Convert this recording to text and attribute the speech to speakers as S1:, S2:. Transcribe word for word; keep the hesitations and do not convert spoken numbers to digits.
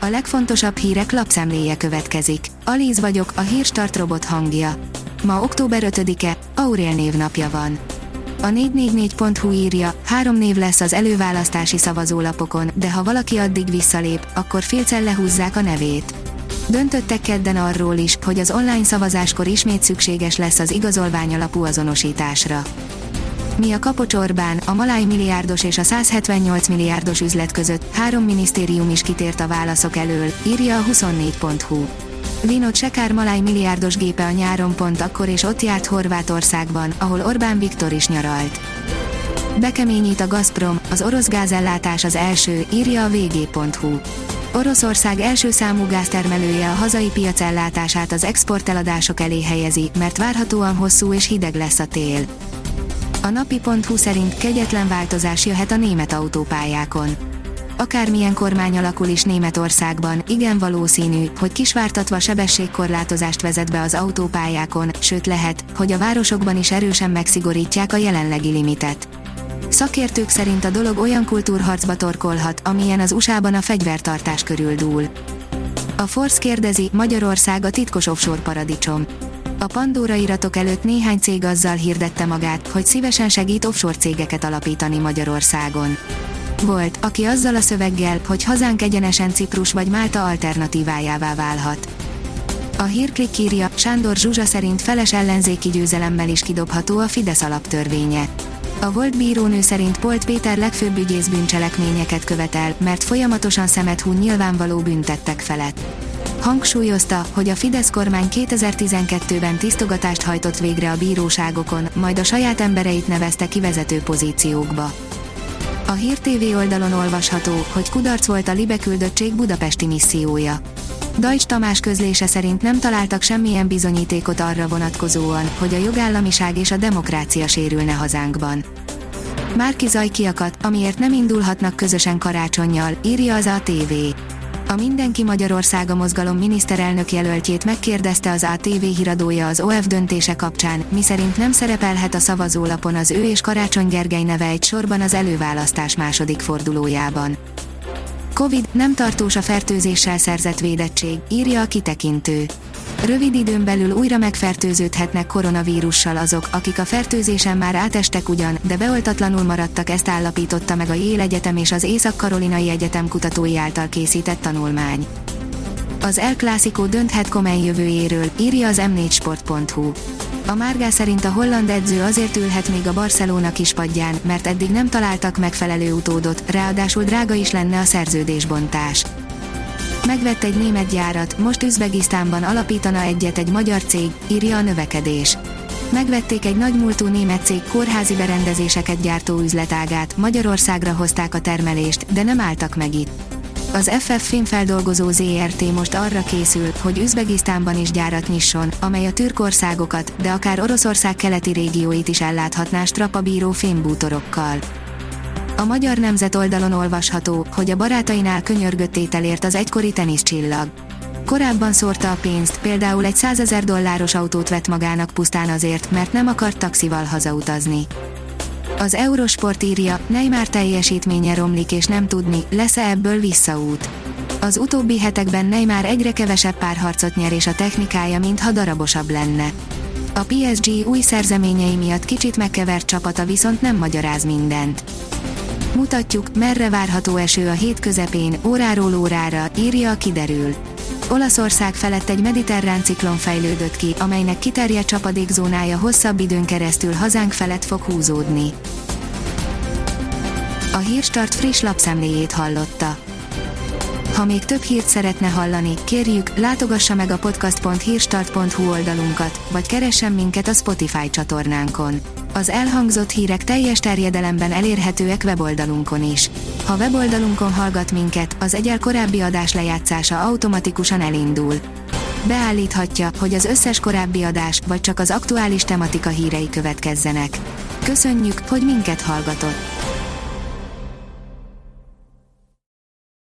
S1: A legfontosabb hírek lapszemléje következik. Alíz vagyok, a Hírstart robot hangja. Ma október ötödike, Aurél névnapja van. A négy négy négy pont hu írja, három név lesz az előválasztási szavazólapokon, de ha valaki addig visszalép, akkor félcel lehúzzák a nevét. Döntöttek kedden arról is, hogy az online szavazáskor ismét szükséges lesz az igazolvány alapú azonosításra. Mi a kapocs Orbán, a maláj milliárdos és a száz hetvennyolc milliárdos üzlet között, három minisztérium is kitért a válaszok elől, írja a huszonnégy pont hu. Vinod Sekár maláj milliárdos gépe a nyáron pont akkor és ott járt Horvátországban, ahol Orbán Viktor is nyaralt. Bekeményít a Gazprom, az orosz gázellátás az első, írja a vg pont hu. Oroszország első számú gáztermelője a hazai piac ellátását az exporteladások elé helyezi, mert várhatóan hosszú és hideg lesz a tél. A napi pont hu szerint kegyetlen változás jöhet a német autópályákon. Akármilyen kormány alakul is Németországban, igen valószínű, hogy kisvártatva sebességkorlátozást vezet be az autópályákon, sőt lehet, hogy a városokban is erősen megszigorítják a jelenlegi limitet. Szakértők szerint a dolog olyan kultúrharcba torkolhat, amilyen az u es á-ban a fegyvertartás körül dúl. A Force kérdezi, Magyarország a titkos offshore paradicsom. A Pandora iratok előtt néhány cég azzal hirdette magát, hogy szívesen segít offshore cégeket alapítani Magyarországon. Volt, aki azzal a szöveggel, hogy hazánk egyenesen Ciprus vagy Málta alternatívájává válhat. A Hírklik írja, Sándor Zsuzsa szerint feles ellenzéki győzelemmel is kidobható a Fidesz alaptörvénye. A volt bírónő szerint Polt Péter legfőbb ügyész bűncselekményeket követel, mert folyamatosan szemet hun nyilvánvaló bűntettek felett. Hangsúlyozta, hogy a Fidesz kormány kétezer-tizenkettőben tisztogatást hajtott végre a bíróságokon, majd a saját embereit nevezte ki vezető pozíciókba. A Hír té vé oldalon olvasható, hogy kudarc volt a Libe küldöttség budapesti missziója. Dajcs Tamás közlése szerint nem találtak semmilyen bizonyítékot arra vonatkozóan, hogy a jogállamiság és a demokrácia sérülne hazánkban. Márki Zaj kiakadt, amiért nem indulhatnak közösen karácsonnyal, írja az á té vé. A Mindenki Magyarországa mozgalom miniszterelnök jelöltjét megkérdezte az á té vé híradója az o ef döntése kapcsán, miszerint nem szerepelhet a szavazólapon az ő és Karácsony Gergely neve egy sorban az előválasztás második fordulójában. Covid, nem tartós a fertőzéssel szerzett védettség, írja a kitekintő. Rövid időn belül újra megfertőződhetnek koronavírussal azok, akik a fertőzésen már átestek ugyan, de beoltatlanul maradtak, ezt állapította meg a Yale Egyetem és az Észak-Karolinai Egyetem kutatói által készített tanulmány. Az El Clásico dönthet Koeman jövőjéről, írja az em négy sport pont hu. A Márgá szerint a holland edző azért ülhet még a Barcelona kispadján, mert eddig nem találtak megfelelő utódot, ráadásul drága is lenne a szerződésbontás. Megvett egy német gyárat, most Üzbegisztánban alapítana egyet egy magyar cég, írja a Növekedés. Megvették egy nagymúltú német cég kórházi berendezéseket gyártó üzletágát, Magyarországra hozták a termelést, de nem álltak meg itt. Az ef ef Filmfeldolgozó zé er té most arra készül, hogy Üzbegisztánban is gyárat nyisson, amely a türk országokat, de akár Oroszország keleti régióit is elláthatná strapabíró fémbútorokkal. A Magyar Nemzet oldalon olvasható, hogy a barátainál könyörgött ételért az egykori teniszcsillag. Korábban szórta a pénzt, például egy százezer dolláros autót vett magának pusztán azért, mert nem akart taxival hazautazni. Az Eurosport írja, Neymar teljesítménye romlik és nem tudni, lesz-e ebből visszaút. Az utóbbi hetekben Neymar egyre kevesebb párharcot nyer és a technikája mintha darabosabb lenne. A pé es gé új szerzeményei miatt kicsit megkevert csapata viszont nem magyaráz mindent. Mutatjuk, merre várható eső a hét közepén, óráról órára, írja a Kiderül. Olaszország felett egy mediterrán ciklon fejlődött ki, amelynek kiterjedt csapadékzónája hosszabb időn keresztül hazánk felett fog húzódni. A Hírstart friss lapszemléjét hallotta. Ha még több hírt szeretne hallani, kérjük, látogassa meg a podcast pont hírstart pont hu oldalunkat, vagy keressen minket a Spotify csatornánkon. Az elhangzott hírek teljes terjedelemben elérhetőek weboldalunkon is. Ha weboldalunkon hallgat minket, az egyel korábbi adás lejátszása automatikusan elindul. Beállíthatja, hogy az összes korábbi adás, vagy csak az aktuális tematika hírei következzenek. Köszönjük, hogy minket hallgatott!